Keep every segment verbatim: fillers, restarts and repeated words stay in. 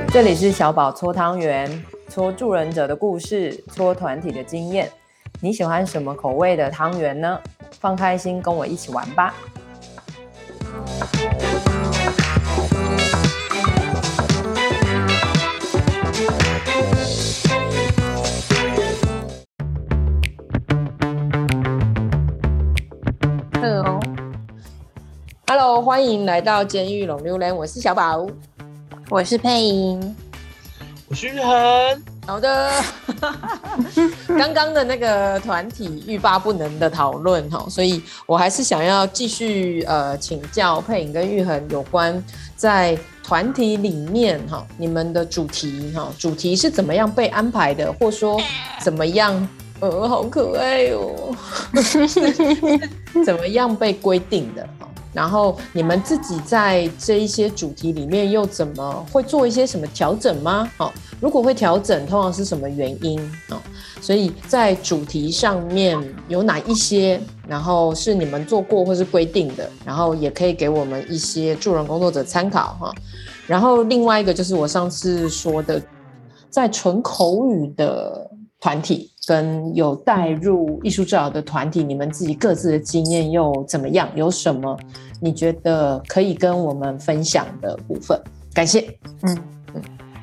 这里是小宝搓汤圆，搓助人者的故事，搓团体的经验。你喜欢什么口味的汤圆呢？放开心，跟我一起玩吧。Hello， Hello， 欢迎来到监狱龙溜人，我是小宝， 我是佩莹， 我是日恒。 好的，刚刚的那个团体欲罢不能的讨论，所以我还是想要继续呃请教佩颖跟玉恒有关在团体里面你们的主题主题是怎么样被安排的，或说怎么样呃好可爱哦怎么样被规定的，然后你们自己在这一些主题里面又怎么会做一些什么调整吗？如果会调整，通常是什么原因？所以在主题上面有哪一些，然后是你们做过或是规定的，然后也可以给我们一些助人工作者参考。然后另外一个就是我上次说的，在纯口语的团体跟有带入艺术治疗的团体，你们自己各自的经验又怎么样？有什么你觉得可以跟我们分享的部分？感谢。嗯嗯。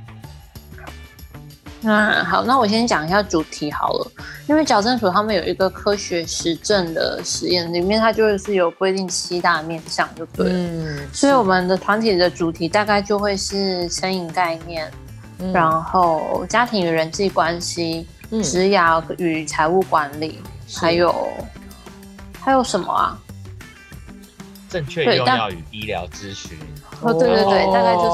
那好，那我先讲一下主题好了。因为矫正所他们有一个科学实证的实验，里面它就是有规定七大面向就对了。嗯，所以我们的团体的主题大概就会是成瘾概念，嗯、然后家庭与人际关系。嗯、职涯与财务管理，还有还有什么啊？ 正确用药与医疗咨询。 哦，对对对，大概就是，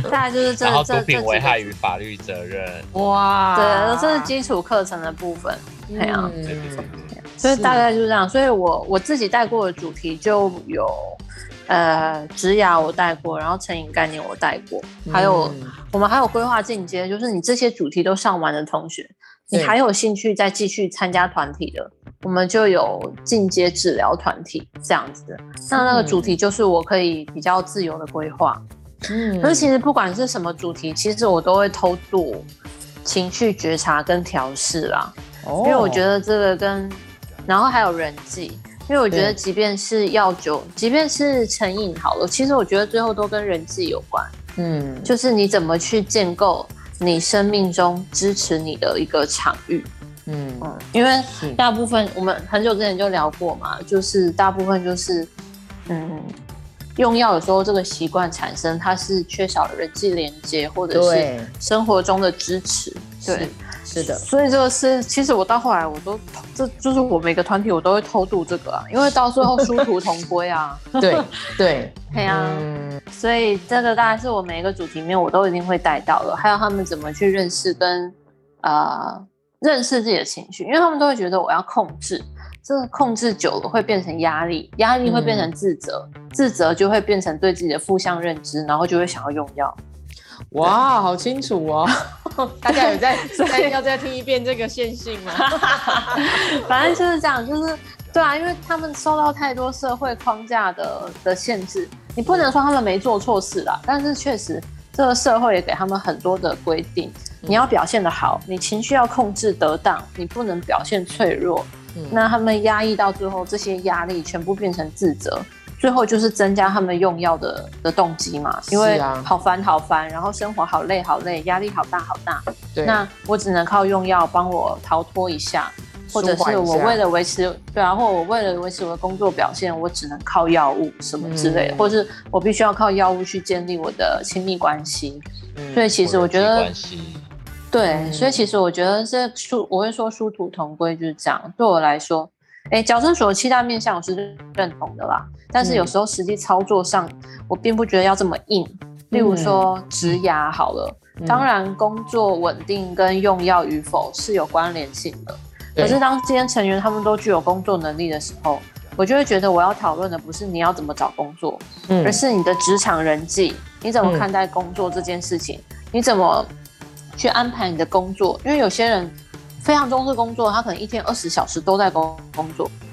大概就是这。 然后毒品危害与法律责任。 哇，对，这是基础课程的部分。对啊，对对对。所以大概就是这样。所以我我自己带过的主题就有。呃，职涯我带过，然后成瘾概念我带过，还有、嗯、我们还有规划进阶，就是你这些主题都上完的同学，你还有兴趣再继续参加团体的，我们就有进阶治疗团体这样子的。那那个主题就是我可以比较自由的规划。嗯，可是其实不管是什么主题，其实我都会偷渡情绪觉察跟调试啦、哦，因为我觉得这个跟，然后还有人际。因为我觉得即便是药酒，即便是成瘾好了，其实我觉得最后都跟人际有关。嗯，就是你怎么去建构你生命中支持你的一个场域。嗯嗯，因为大部分我们很久之前就聊过嘛，就是大部分就是嗯，用药有时候这个习惯产生，它是缺少了人际连接，或者是生活中的支持。对。 是的， 所以这个是，其实我到后来我都，这就是我每个团体我都会偷渡这个啊，因为到最后殊途同归啊。 对对， 对啊、嗯，所以这个大概是我每一个主题里面我都一定会带到的，还有他们怎么去认识跟呃认识自己的情绪，因为他们都会觉得我要控制，这个控制久了会变成压力，压力会变成自责，嗯、自责就会变成对自己的负向认知，然后就会想要用药。 哇，好清楚哦！大家有在在要再听一遍这个线性吗？ 反正就是这样，就是对啊，因为他们受到太多社会框架的的限制，你不能说他们没做错事啦，但是确实这个社会也给他们很多的规定，你要表现得好，你情绪要控制得当，你不能表现脆弱。嗯、那他们压抑到最后，这些压力全部变成自责。最后就是增加他们用药的的动机嘛，因为好烦好烦，然后生活好累好累，压力好大好大。对，那我只能靠用药帮我逃脱一下，或者是我为了维持对啊，或者我为了维持我的工作表现，我只能靠药物什么之类的，嗯、或是我必须要靠药物去建立我的亲密关系。嗯、所以其实我觉得，对，嗯、所以其实我觉得这殊我会说殊途同归就是这样。对我来说。哎，矫正所的七大面向我是认同的啦，但是有时候实际操作上，我并不觉得要这么硬。例如说职涯好了，嗯、当然工作稳定跟用药与否是有关联性的。可是当今天成员他们都具有工作能力的时候，我就会觉得我要讨论的不是你要怎么找工作，嗯、而是你的职场人际，你怎么看待工作这件事情，嗯、你怎么去安排你的工作？因为有些人。非常重视工作，他可能一天二十小时都在工作，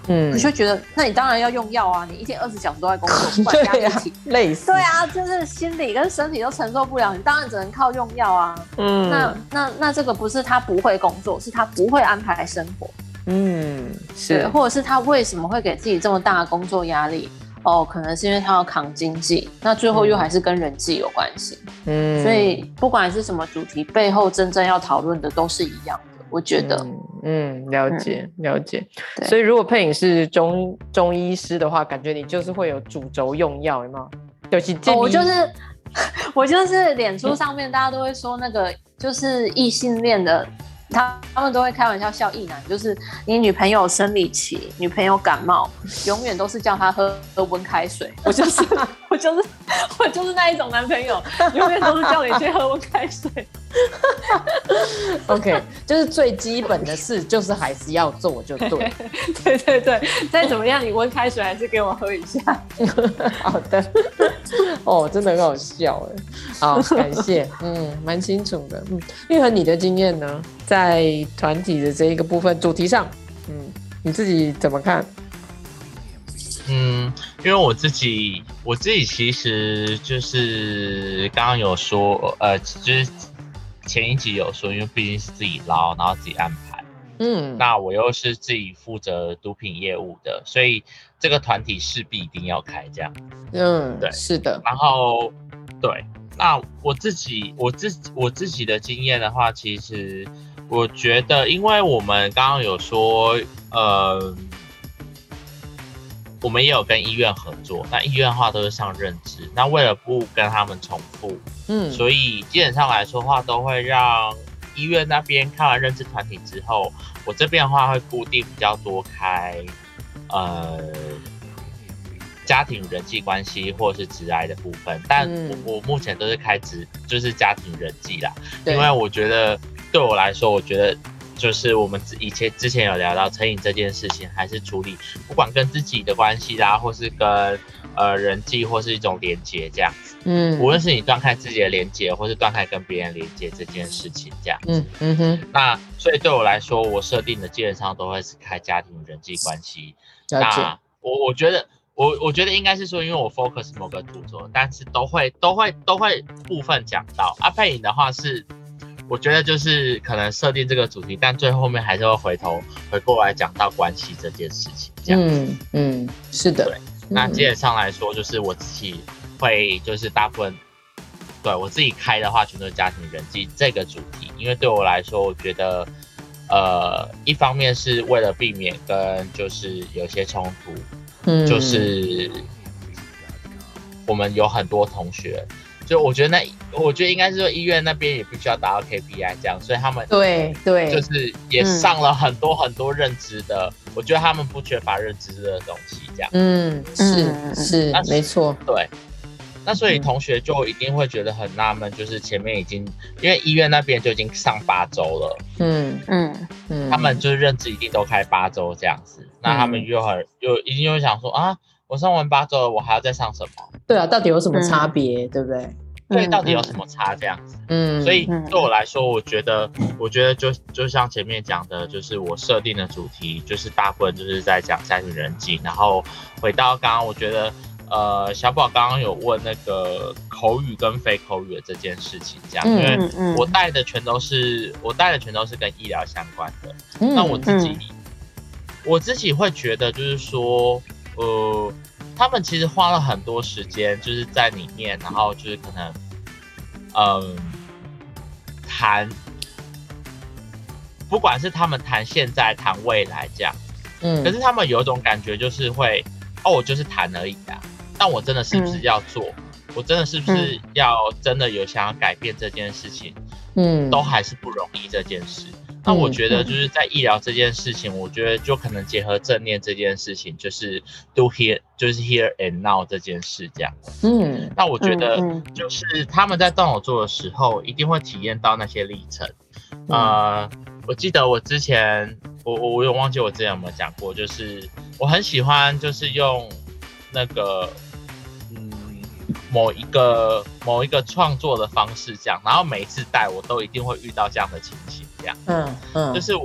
嗯，你就觉得，那你当然要用药啊，你一天二十小时都在工作，不管家庭体， 累死。 对啊，就是心理跟身体都承受不了，你当然只能靠用药啊。嗯，那那那这个不是他不会工作，是他不会安排生活。 嗯，是， 或者是他为什么会给自己这么大的工作压力？哦，可能是因为他要扛经济，那最后又还是跟人际有关系。嗯，所以不管是什么主题，背后真正要讨论的都是一样的，我觉得。 嗯, 嗯，了解、嗯、了解。所以如果佩颖是中中医师的话，感觉你就是会有主轴用药，有没有？尤其建议、 哦、我就是我就是脸书上面大家都会说那个就是异性恋的。他们都会开玩笑笑异男，就是你女朋友生理期，女朋友感冒，永远都是叫她喝喝温开水。我就是我就是我就是那一种男朋友，永远都是叫你去喝温开水。 OK， 就是最基本的事，就是还是要做就对。 对对对，再怎么样，你温开水还是给我喝一下。 好的。哦，真的很好笑哎。好，感谢。嗯，蛮清楚的。嗯，玉衡你的经验呢？在团体的这一个部分主题上，嗯，你自己怎么看？ 嗯，因为我自己，我自己其实就是刚刚有说，呃，就是前一集有说，因为毕竟是自己捞，然后自己安排，嗯，那我又是自己负责毒品业务的，所以这个团体势必一定要开这样， 嗯，对，是的， 然后对，那我自己，我自我自己的经验的话，其实。我觉得，因为我们刚刚有说，呃，我们也有跟医院合作，那医院的话都是上认知，那为了不跟他们重复，嗯，所以基本上来说的话，都会让医院那边开完认知团体之后，我这边的话会固定比较多开，呃。家庭人际关系或者是职涯的部分，但我、嗯、我目前都是开职就是家庭人际啦，因为我觉得对我来说，我觉得就是我们以前之前有聊到成瘾这件事情，还是处理不管跟自己的关系啦，或是跟呃人际或是一种连结这样子，嗯，无论是你断开自己的连结，或是断开跟别人连结这件事情这样子，嗯嗯哼，那所以对我来说，我设定的基本上都会是开家庭人际关系，那我我觉得。我我觉得应该是说，因为我 focus 某个图做，但是都会都会都会部分讲到。啊，配影的话是，我觉得就是可能设定这个主题，但最后面还是会回头回过来讲到关系这件事情，这样子。嗯嗯，是的。 对，那基本上来说，就是我自己会就是大部分，对我自己开的话，全都是家庭人际这个主题，因为对我来说，我觉得，呃，一方面是为了避免跟就是有些冲突。嗯，就是我们有很多同学，就我觉得那，我觉得应该是说医院那边也必须要达到 K P I 这样，所以他们对对， 就是也上了很多很多认知的，嗯、我觉得他们不缺乏认知的东西这样。 嗯，是是，没错， 对。那所以同学就一定会觉得很纳闷，就是前面已经因为医院那边就已经上八周了，嗯嗯嗯，他们就是认知一定都开八周这样子，那他们又很又一定会想说啊，我上完八周了，我还要再上什么？ 对啊，到底有什么差别，嗯、对不对？ 对，到底有什么差这样子？嗯，所以对我来说，我觉得，我觉得就就像前面讲的，就是我设定的主题，就是大部分就是在讲家庭人际，然后回到刚刚，我觉得。呃，小宝刚刚有问那个口语跟非口语的这件事情，这样，因为我带的全都是我带的全都是跟医疗相关的。嗯、那我自己、嗯，我自己会觉得就是说，呃，他们其实花了很多时间，就是在里面，然后就是可能，嗯、呃，谈，不管是他们谈现在、谈未来这样，嗯，可是他们有一种感觉，就是会，哦，我就是谈而已啊。但我真的是不是要做、嗯？我真的是不是要真的有想要改变这件事情？嗯，都还是不容易这件事。嗯、那我觉得就是在医疗这件事情，我觉得就可能结合正念这件事情，就是 do here， 就是 here and now 这件事这样。嗯，那我觉得就是他们在动手做的时候，一定会体验到那些历程。嗯、呃，我记得我之前，我我我有忘记我之前有没有讲过，就是我很喜欢就是用。那个，嗯，某一个某一个创作的方式这样，然后每一次带我都一定会遇到这样的情形，这样，嗯嗯，就是我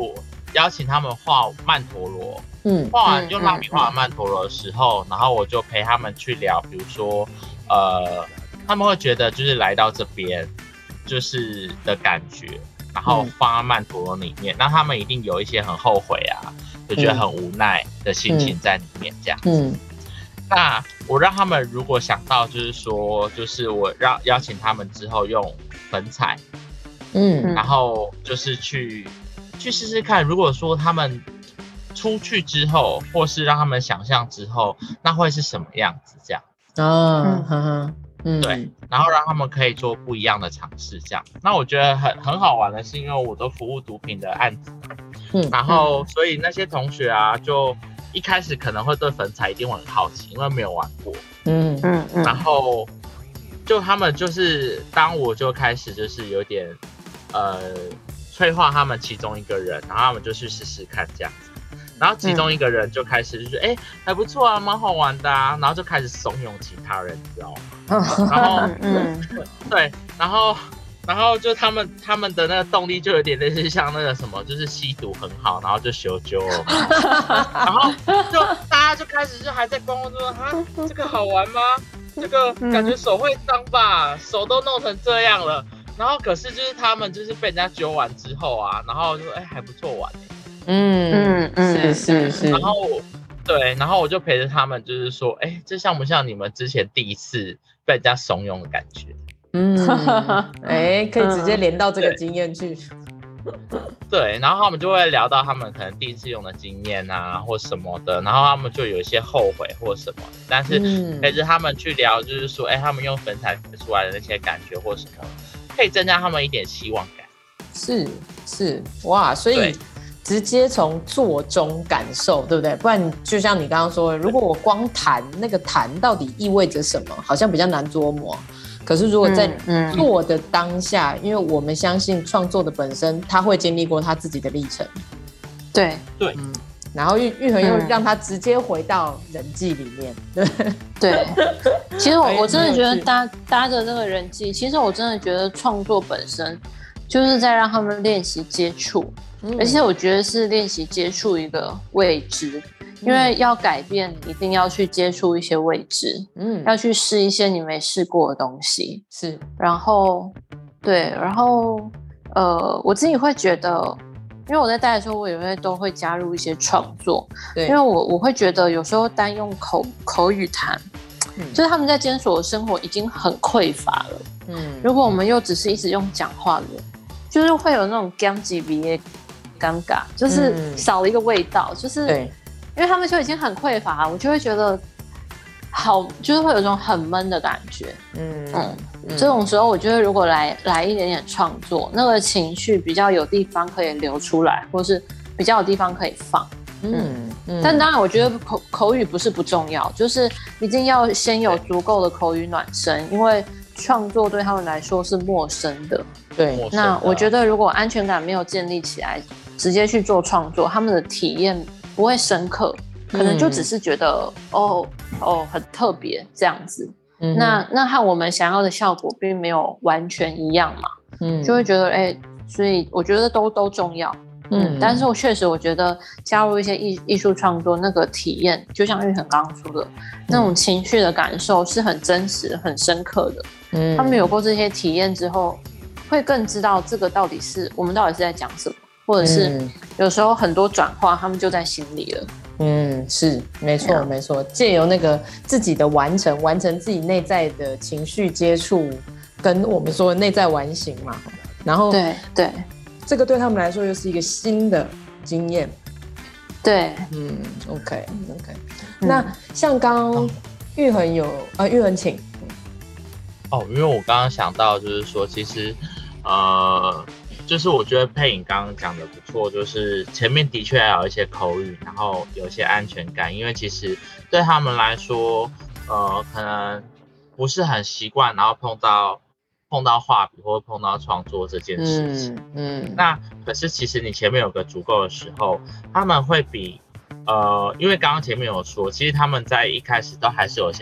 邀请他们画曼陀罗，嗯，画完用蜡笔画完曼陀罗的时候，然后我就陪他们去聊，比如说，呃，他们会觉得就是来到这边就是的感觉，然后放在曼陀罗里面，那他们一定有一些很后悔啊，就觉得很无奈的心情在里面这样子。嗯，那我让他们如果想到就是说，就是我让邀请他们之后用粉彩，嗯，然后就是去去试试看，如果说他们出去之后，或是让他们想象之后，那会是什么样子这样？ 哦，呵呵， 嗯，对，然后让他们可以做不一样的尝试这样。那我觉得很很好玩的是，因为我都服务毒品的案子，嗯，然后所以那些同学啊，就一开始可能会对粉彩一定会很好奇，因为没有玩过，嗯嗯嗯，然后就他们就是当我就开始就是有点呃催化他们其中一个人，然后他们就去试试看这样子，然后其中一个人就开始就觉得哎、欸、还不错啊，蛮好玩的啊，然后就开始怂恿其他人，你知道吗？然后嗯对，然后。然后就他们他们的那个动力就有点类似像那个什么，就是吸毒很好，然后就修究了，然后就大家就开始就还在观望说啊，这个好玩吗？这个感觉手会脏吧，手都弄成这样了。然后可是就是他们就是被人家揪完之后啊，然后就说哎还不错玩、欸，嗯嗯嗯是是是， 然后对，然后我就陪着他们就是说，哎，这像不像你们之前第一次被人家怂恿的感觉？ 嗯，哎，可以直接连到这个经验去。 对，然后他们就会聊到他们可能第一次用的经验啊，或什么的，然后他们就有一些后悔或什么的，但是陪着他们去聊，就是说，哎，他们用粉彩出来的那些感觉或什么，可以增加他们一点希望感。 是是，哇，所以直接从做中感受，对不对？不然就像你刚刚说的，如果我光谈那个谈到底意味着什么，好像比较难琢磨。可是如果在做的当下，嗯嗯、因为我们相信创作的本身，他会经历过他自己的历程。 对对， 嗯，然后玉玉衡又让他直接回到人际里面。 对对，其实我我真的觉得搭搭着这个人际，其实我真的觉得创作本身就是在让他们练习接触，嗯、而且我觉得是练习接触一个未知。因为要改变，一定要去接触一些未知，嗯，要去试一些你没试过的东西， 是。 然后，对，然后，呃，我自己会觉得，因为我在带的时候，我也会都会加入一些创作，对，因为我我会觉得有时候单用口口语谈，嗯，就是他们在监所的生活已经很匮乏了，嗯，如果我们又只是一直用讲话的，就是会有那种尴尬鼻的尴尬，就是少了一个味道，就是。 对。 因为他们就已经很匮乏，我就会觉得好，就是会有一种很闷的感觉。嗯 嗯, 嗯，这种时候我觉得如果来来一点点创作，那个情绪比较有地方可以流出来，或是比较有地方可以放。嗯嗯。但当然，我觉得口口语不是不重要，就是一定要先有足够的口语暖身，因为创作对他们来说是陌生的。 对。 那我觉得如果安全感没有建立起来，直接去做创作，他们的体验不会深刻，可能就只是觉得、嗯、哦哦很特别这样子，嗯、那那和我们想要的效果并没有完全一样嘛，嗯，就会觉得哎、欸，所以我觉得都都重要，嗯，嗯但是我确实我觉得加入一些艺艺术创作那个体验，就像玉衡刚刚说的，嗯、那种情绪的感受是很真实、很深刻的，嗯，他们有过这些体验之后，会更知道这个到底是我们到底是在讲什么。或者是有时候很多转化，他们就在心里了。 嗯，是没错没错，借由那个自己的完成，完成自己内在的情绪接触，跟我们说的内在完形嘛。然后对对， 这个对他们来说又是一个新的经验。 对， 嗯 ，OK OK、嗯。那像刚刚玉衡有呃，玉衡请。 哦，因为我刚刚想到就是说，其实呃。就是我觉得佩颖刚刚讲的不错，就是前面的确还有一些口语，然后有一些安全感，因为其实对他们来说，呃，可能不是很习惯，然后碰到碰到画笔或者碰到创作这件事情，嗯，嗯那可是其实你前面有个足够的时候，他们会比呃，因为刚刚前面有说，其实他们在一开始都还是有一些抗拒。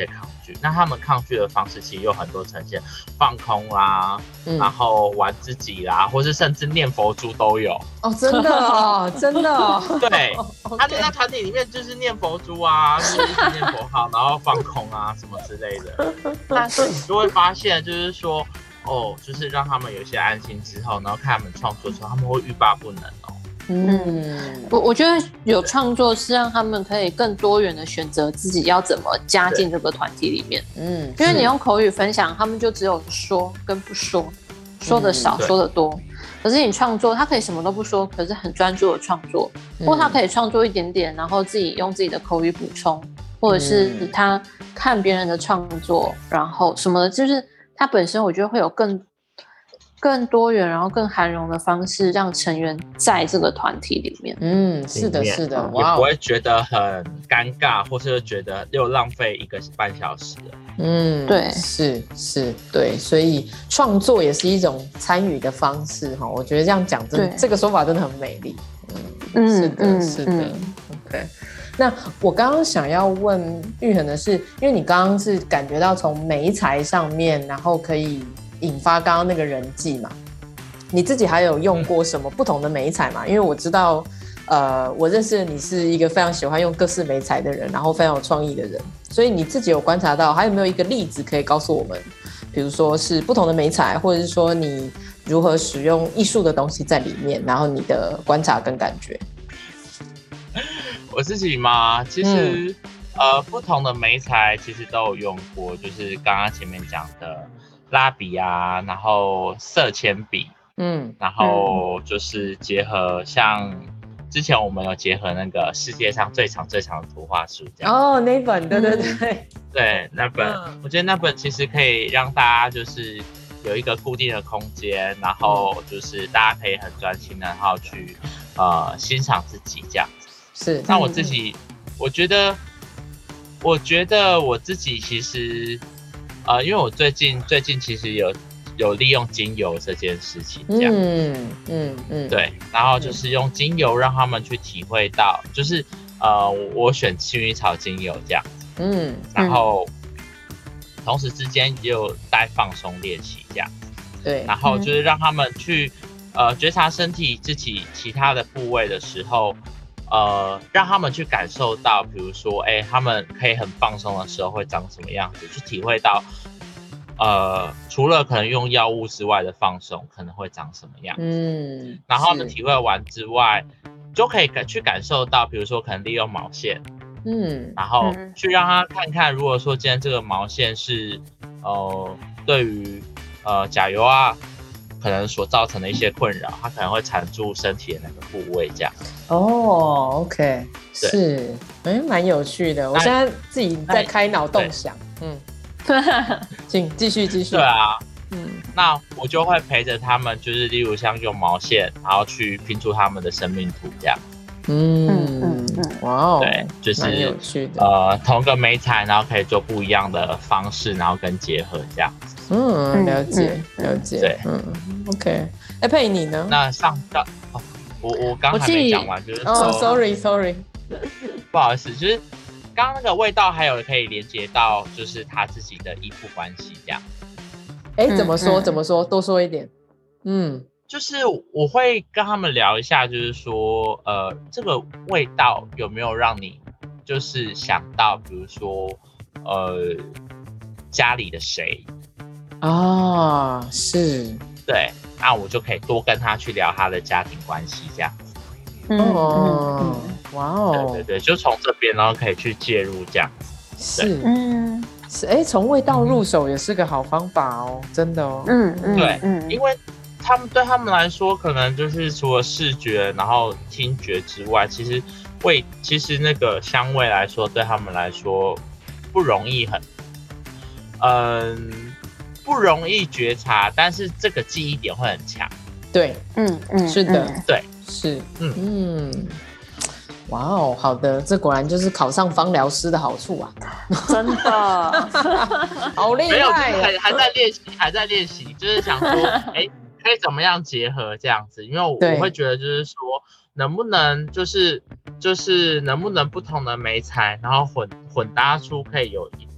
拒。那他们抗拒的方式其实有很多呈现，放空啦，嗯、然后玩自己啦，或是甚至念佛珠都有。 哦，真的哦，真的哦。 对，他就在团体里面就是念佛珠啊，就是一直念佛号，然后放空啊什么之类的。但是你就会发现，就是说，哦，就是让他们有一些安心之后，然后看他们创作的时候，他们会欲罢不能哦。 嗯，我我觉得有创作是让他们可以更多元的选择自己要怎么加进这个团体里面。嗯，因为你用口语分享，他们就只有说跟不说，说的少，嗯、说的多。可是你创作，他可以什么都不说，可是很专注的创作，嗯、或他可以创作一点点，然后自己用自己的口语补充，或者是他看别人的创作，然后什么的，就是他本身我觉得会有更。更多元，然后更涵容的方式，让成员在这个团体里面。 嗯，是的，是的， 也不会觉得很尴尬，或是觉得又浪费一个半小时。 嗯，对，是是，对，所以创作也是一种参与的方式哈。我觉得这样讲，真这个说法真的很美丽。嗯，是的，嗯、是的。嗯、OK， 那我刚刚想要问玉衡的是，因为你刚刚是感觉到从媒材上面，然后可以引发刚刚那个人际嘛？你自己还有用过什么不同的媒材吗？因为我知道，呃，我认识的你是一个非常喜欢用各式媒材的人，然后非常有创意的人，所以你自己有观察到，还有没有一个例子可以告诉我们？比如说是不同的媒材，或者是说你如何使用艺术的东西在里面，然后你的观察跟感觉。 我自己嘛，其实、嗯、呃，不同的媒材其实都有用过，就是刚刚前面讲的。蜡笔啊，然后色铅笔，嗯，然后就是结合像之前我们有结合那个世界上最长最长的图画书这样。 哦，那本，对对对，嗯、 对那本、嗯，我觉得那本其实可以让大家就是有一个固定的空间，然后就是大家可以很专心的，然后去呃欣赏自己这样子。 是， 那我自己，嗯、我觉得，我觉得我自己其实。呃，因为我最近最近其实有有利用精油这件事情，这样，嗯嗯嗯，对，然后就是用精油让他们去体会到，就是呃，我选薰衣草精油这样子，嗯，然后同时之间也有带放松练习这样子， 对， 然后就是让他们去呃觉察身体自己其他的部位的时候。呃，让他们去感受到，比如说，哎、欸，他们可以很放松的时候会长什么样子，去体会到，呃，除了可能用药物之外的放松可能会长什么样子。嗯，然后他们体会完之外，就可以去感受到，比如说可能利用毛线，嗯，然后去让他看看，如果说今天这个毛线是，呃，对于呃甲油啊。可能所造成的一些困扰，它可能会缠住身体的那个部位，这样。 哦 ，OK， 是，哎、欸，蛮有趣的。我现在自己在开脑洞想，嗯，请继续继续。 对啊，嗯，那我就会陪着他们，就是例如像用毛线，然后去拼出他们的生命图，这样。 嗯嗯嗯，哇哦， 对，就是蛮有趣的。 呃，同个媒材，然后可以做不一样的方式，然后跟结合这样子。 嗯，了解、嗯、了解。 对， 嗯 ，OK。哎，佩你呢？ 那上到、哦、我我刚还没讲完，就是说， 哦 ，sorry sorry， 不好意思，就是刚刚那个味道还有可以连接到，就是他自己的依附关系这样。 哎，怎么说？嗯、怎么说？多说一点。嗯。 就是我会跟他们聊一下，就是说，呃，这个味道有没有让你就是想到，比如说，呃，家里的谁啊？是， 对，那我就可以多跟他去聊他的家庭关系，这样子。 哦，哇哦， 对对对，就从这边然后可以去介入这样子。是，嗯，是，哎，从味道入手也是个好方法哦，真的哦。 嗯嗯， 对，嗯，因为。他们对他们来说，可能就是除了视觉，然后听觉之外，其实味，其实那个香味来说，对他们来说不容易很，嗯，不容易觉察，但是这个记忆点会很强。 对，嗯嗯，是的， 嗯、对， 是，嗯嗯，哇哦，好的，这果然就是考上芳疗师的好处啊， 真的， 好厉害， 没有，就是还还在练习，还在练习，就是想说，哎、欸。可以怎么样结合这样子？因为我会觉得就是说，能不能就是就是能不能不同的媒材，然后混混搭出可以有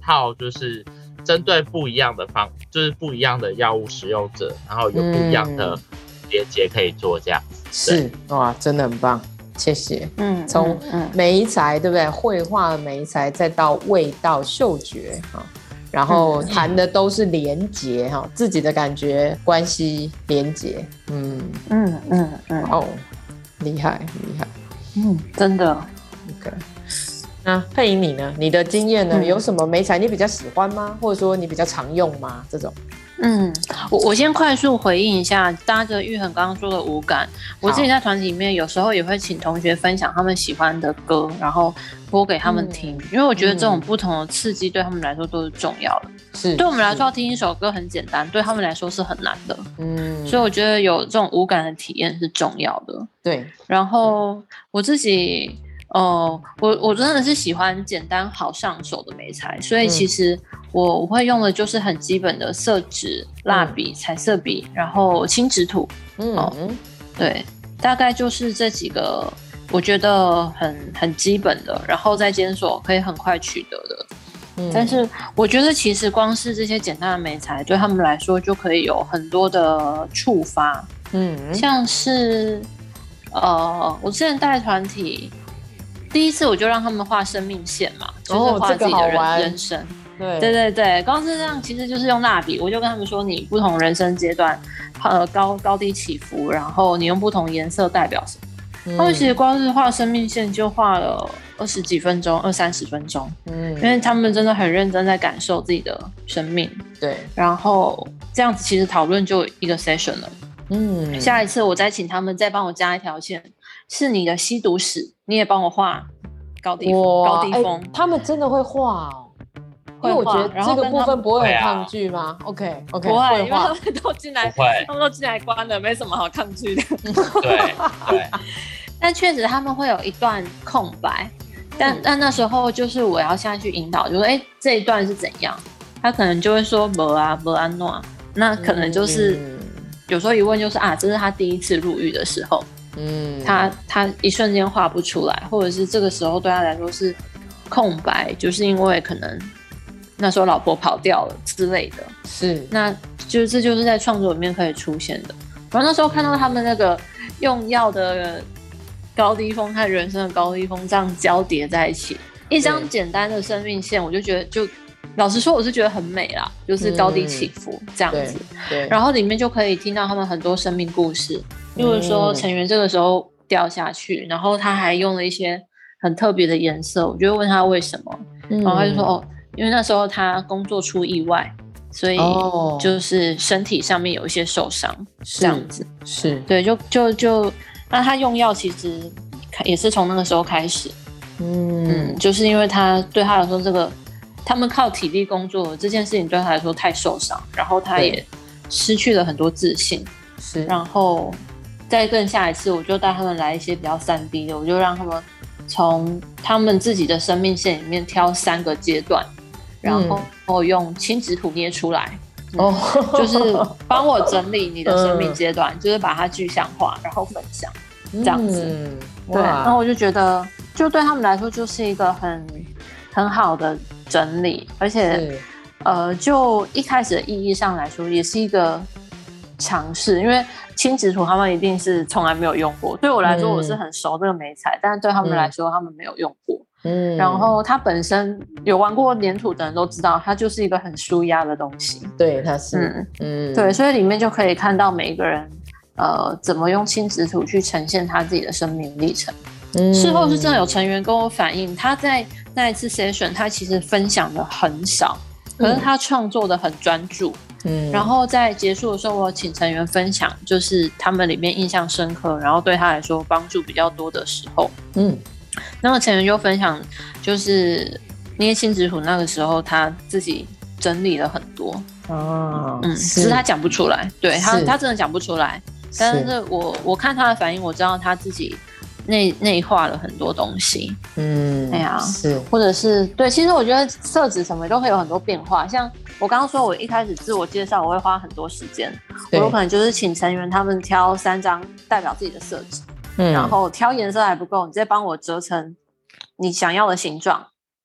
套就是针对不一样的方，就是不一样的药物使用者，然后有不一样的连接可以做这样子。 是哇，真的很棒，谢谢。 嗯， 从媒材对不对？绘画的媒材，再到味道、嗅觉哈。然后谈的都是连结哈、嗯，自己的感觉、关系、连结，嗯嗯嗯嗯，哦，厉害厉害， 嗯，真的 ，OK。那佩莹你呢？你的经验呢？嗯、有什么媒材你比较喜欢吗？或者说你比较常用吗？这种？ 嗯，我我先快速回应一下，搭着玉衡刚刚说的五感，我自己在团体里面有时候也会请同学分享他们喜欢的歌，然后播给他们听，嗯、因为我觉得这种不同的刺激对他们来说都是重要的。是，对我们来说听一首歌很简单，对他们来说是很难的。嗯，所以我觉得有这种五感的体验是重要的。 对， 然后我自己。哦、呃，我我真的是喜欢简单好上手的媒材，所以其实我我会用的就是很基本的色纸、蜡笔、彩色笔，然后轻质土。嗯、哦，对，大概就是这几个，我觉得很很基本的，然后在监所可以很快取得的。嗯，但是我觉得其实光是这些简单的媒材，对他们来说就可以有很多的触发。嗯，像是呃，我之前带团体。第一次我就让他们画生命线嘛，就是画自己的 人,、哦、人生。对对对对，光是这样其实就是用蜡笔，我就跟他们说，你不同人生阶段，呃高高低起伏，然后你用不同颜色代表什么。嗯、他们其实光是画生命线就画了二十几分钟，二三十分钟。嗯，因为他们真的很认真在感受自己的生命。对，然后这样子其实讨论就一个 session 了。嗯，下一次我再请他们再帮我加一条线，是你的吸毒史，你也帮我画高低高低峰、 欸。他们真的会画哦，因为我觉得这个部分不会很抗拒吗 ？OK OK， 不会，因为他们都进来，他们都进来关了，没什么好抗拒的。 对对， 但确实他们会有一段空白，但、嗯、但那时候就是我要下去引导，就说哎、欸、这一段是怎样，他可能就会说没啊没安诺，那可能就是。嗯有时候一问就是啊，这是他第一次入狱的时候，嗯，他他一瞬间画不出来，或者是这个时候对他来说是空白，就是因为可能那时候老婆跑掉了之类的，是，那就是这就是在创作里面可以出现的。然后那时候看到他们那个用药的高低峰和人生的高低峰这样交叠在一起，一张简单的生命线，我就觉得就。老实说我是觉得很美啦，就是高低起伏、嗯、这样子，对，然后里面就可以听到他们很多生命故事，例如说成员这个时候掉下去，然后他还用了一些很特别的颜色，我就问他为什么、嗯、然后他就说哦，因为那时候他工作出意外，所以就是身体上面有一些受伤、哦、这样子，是对，就就就那他用药其实也是从那个时候开始， 嗯, 嗯就是因为他对他来说这个他们靠体力工作这件事情对他来说太受伤，然后他也失去了很多自信。是，然后再更下一次，我就带他们来一些比较三 D 的，我就让他们从他们自己的生命线里面挑三个阶段，然后、嗯、用轻质土捏出来，哦、嗯，就是帮我整理你的生命阶段，嗯、就是把它具象化，然后分享这样子。嗯、对，然后我就觉得，就对他们来说就是一个很很好的。整理，而且呃，就一开始的意义上来说，也是一个尝试，因为轻质土他们一定是从来没有用过。对我来说，我是很熟这个媒材，但是对他们来说，他们没有用过。嗯，然后它本身有玩过黏土的人都知道，它就是一个很舒压的东西。对，它是，嗯嗯，对，所以里面就可以看到每一个人呃怎么用轻质土去呈现他自己的生命历程。嗯，事后是真的有成员跟我反映，他在那一次 session 他其实分享的很少，可是他创作的很专注。嗯，然后在结束的时候，我请成员分享，就是他们里面印象深刻，然后对他来说帮助比较多的时候。嗯，那个成员就分享，就是捏轻质土那个时候他自己整理了很多。哦，嗯，只是他讲不出来，对他他真的讲不出来，但是我我看他的反应，我知道他自己。内内化了很多东西，嗯，哎呀，是，或者是对，其实我觉得色纸什么都会有很多变化。像我刚刚说，我一开始自我介绍，我会花很多时间，我有可能就是请成员他们挑三张代表自己的色纸，嗯，然后挑颜色还不够，你再帮我折成你想要的形状，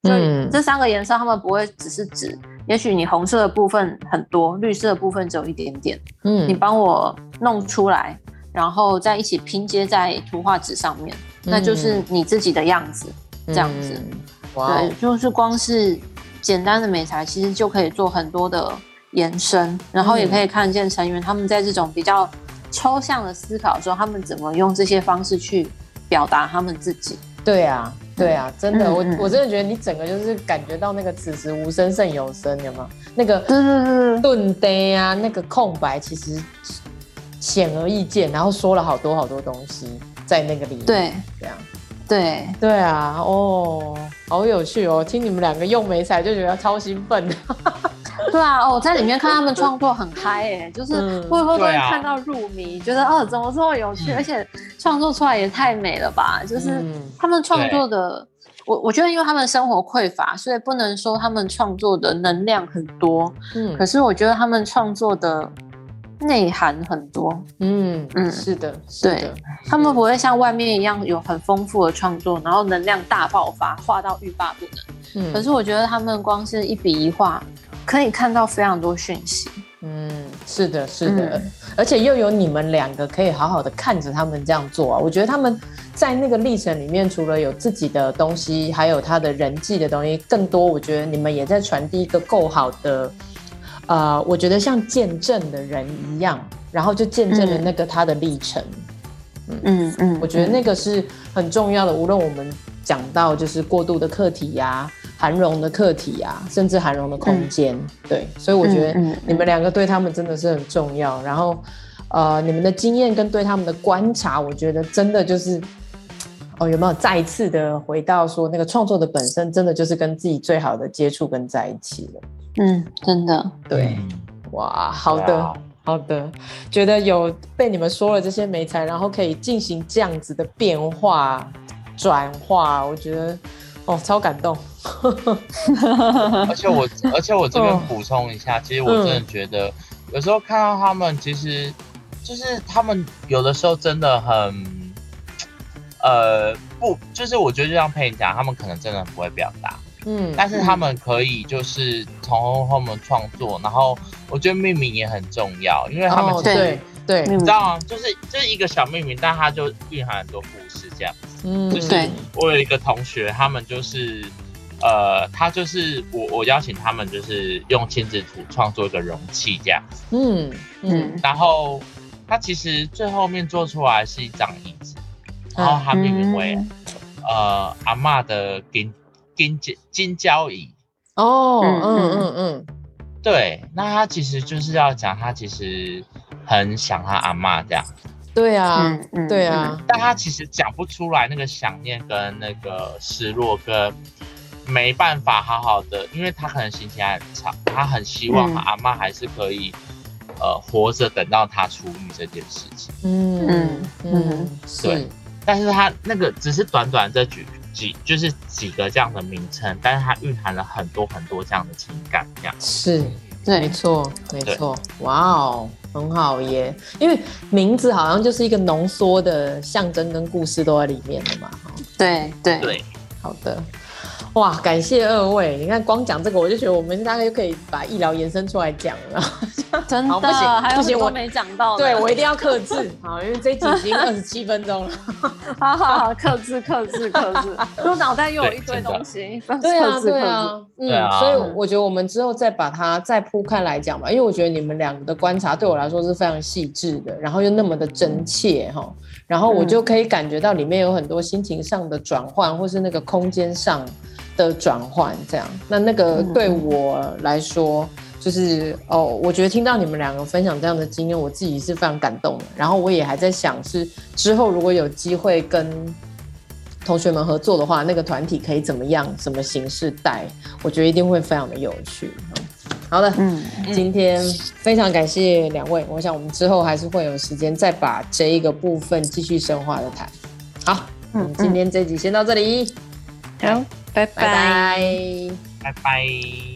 就这三个颜色，它们不会只是指，也许你红色的部分很多，绿色的部分只有一点点，嗯，你帮我弄出来，然后再一起拼接在图画纸上面，嗯、那就是你自己的样子，这样子。嗯、哇，对，就是光是简单的媒材，其实就可以做很多的延伸，然后也可以看见成员他们在这种比较抽象的思考的时候，他们怎么用这些方式去表达他们自己。 对啊，对啊，真的，嗯、我我真的觉得你整个就是感觉到那个此时无声胜有声，有没有？那个顿呆啊，那个空白其实显而易见，然后说了好多好多东西在那个里面。 对， 这样。 对对啊，哦，好有趣哦！听你们两个用媒材就觉得超兴奋的。 对啊，哦，我在里面看他们创作很嗨耶，就是会会会看到入迷，觉得哦怎么这么有趣，嗯、而且创作出来也太美了吧！就是他们创作的，我我觉得因为他们生活匮乏，所以不能说他们创作的能量很多，嗯，可是我觉得他们创作的内涵很多， 嗯嗯，是的，是的， 对，他们不会像外面一样有很丰富的创作，然后能量大爆发，画到欲罢不能。嗯，可是我觉得他们光是一笔一画，可以看到非常多讯息。 嗯，是的，是的，嗯、而且又有你们两个可以好好的看着他们这样做啊。我觉得他们在那个历程里面，除了有自己的东西，还有他的人际的东西，更多我觉得你们也在传递一个够好的。呃，我觉得像见证的人一样，然后就见证了那个他的历程。嗯嗯嗯，我觉得那个是很重要的。无论我们讲到就是过渡的课题呀、啊、涵容的课题呀、啊，甚至涵容的空间，嗯、对，所以我觉得你们两个对他们真的是很重要。然后，呃，你们的经验跟对他们的观察，我觉得真的就是。哦，有没有再一次的回到说那个创作的本身，真的就是跟自己最好的接触跟在一起了。 嗯，真的， 对，哇，好的，啊、好的，觉得有被你们说了这些媒材，然后可以进行这样子的变化转化，我觉得哦，超感动。 而且我，而且我这边补充一下，哦、其实我真的觉得，嗯、有时候看到他们，其实就是他们有的时候真的很。呃，不，就是我觉得就像佩妮讲，他们可能真的不会表达，嗯，但是他们可以就是从他们创作，然后我觉得命名也很重要，因为他们其实、哦、对对， 你知道吗？就是就是一个小命名，但它就蕴含很多故事这样子。嗯，就是我有一个同学，他们就是呃，他就是我我邀请他们就是用亲子图创作一个容器这样子，嗯嗯，然后他其实最后面做出来是一张椅子。然后它命名为、嗯、呃阿嬷的金金金交椅哦，嗯嗯嗯， 对，那他其实就是要讲他其实很想他阿嬷这样， 对啊，嗯、对啊， 但他其实讲不出来那个想念跟那个失落跟没办法好好的，因为他可能心情还很差，他很希望他阿嬷还是可以。呃，活着等到他出狱这件事情，嗯嗯嗯，对。但是他那个只是短短这几几就是几个这样的名称，但是它蕴含了很多很多这样的情感，这样是，对，没错没错，哇哦，很好耶，因为名字好像就是一个浓缩的象征跟故事都在里面的嘛， 对对对， 好的。哇，感谢二位！你看，光讲这个，我就觉得我们大概就可以把医疗延伸出来讲了。 真的， 不行， 还有不行， 我没讲到。 对，我一定要克制，好，因为这一集已经二十七分钟了。 好好好，克制，克制，克制。我脑袋又有一堆东西， 对啊，对啊，嗯，啊、所以我觉得我们之后再把它再铺开来讲吧，因为我觉得你们两个的观察对我来说是非常细致的，然后又那么的真切哈，然后我就可以感觉到里面有很多心情上的转换，或是那个空间上。的转换，这样，那那个对我来说，就是哦，我觉得听到你们两个分享这样的经验，我自己是非常感动的。然后我也还在想，是之后如果有机会跟同学们合作的话，那个团体可以怎么样，什么形式带，我觉得一定会非常的有趣。好的，嗯，今天非常感谢两位，我想我们之后还是会有时间再把这一个部分继续深化的谈。好，嗯，今天这集先到这里， 好。拜拜， 拜拜。